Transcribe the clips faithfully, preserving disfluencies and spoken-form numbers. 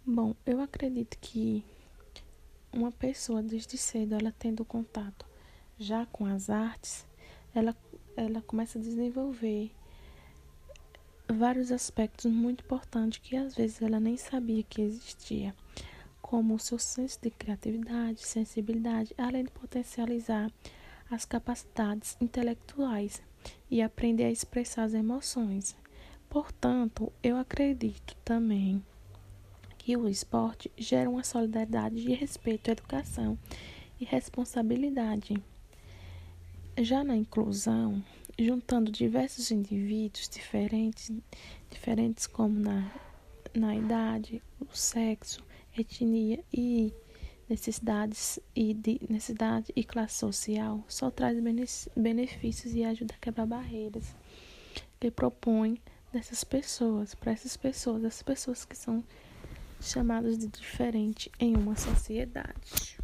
Bom, eu acredito que uma pessoa desde cedo, ela tendo contato já com as artes, ela, ela começa a desenvolver vários aspectos muito importantes que às vezes ela nem sabia que existia, como o seu senso de criatividade, sensibilidade, além de potencializar as capacidades intelectuais e aprender a expressar as emoções. Portanto, eu acredito também que o esporte gera uma solidariedade de respeito, educação e responsabilidade. Já na inclusão, juntando diversos indivíduos diferentes, diferentes como na, na idade, o sexo, etnia e necessidades e de necessidade e classe social, só traz benefícios e ajuda a quebrar barreiras que propõe dessas pessoas, para essas pessoas, as pessoas que são chamadas de diferente em uma sociedade.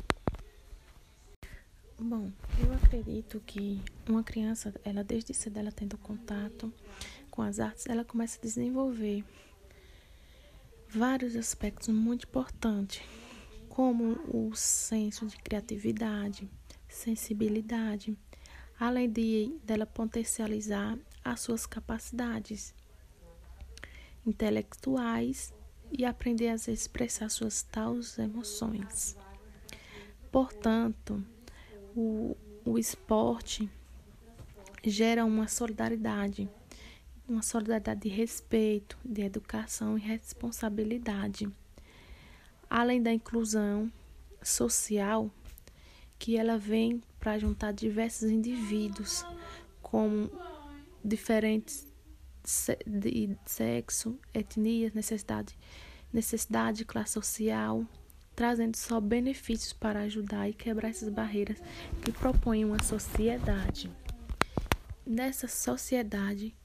Bom, eu acredito que uma criança, ela desde cedo, ela tendo contato com as artes, ela começa a desenvolver vários aspectos muito importantes, como o senso de criatividade, sensibilidade, além de dela potencializar as suas capacidades intelectuais e aprender a expressar suas tais emoções. Portanto, o, o esporte gera uma solidariedade, uma solidariedade de respeito, de educação e responsabilidade, além da inclusão social, que ela vem para juntar diversos indivíduos com diferentes de sexo, etnia, necessidade, necessidade, classe social, trazendo só benefícios para ajudar e quebrar essas barreiras que propõem uma sociedade. Nessa sociedade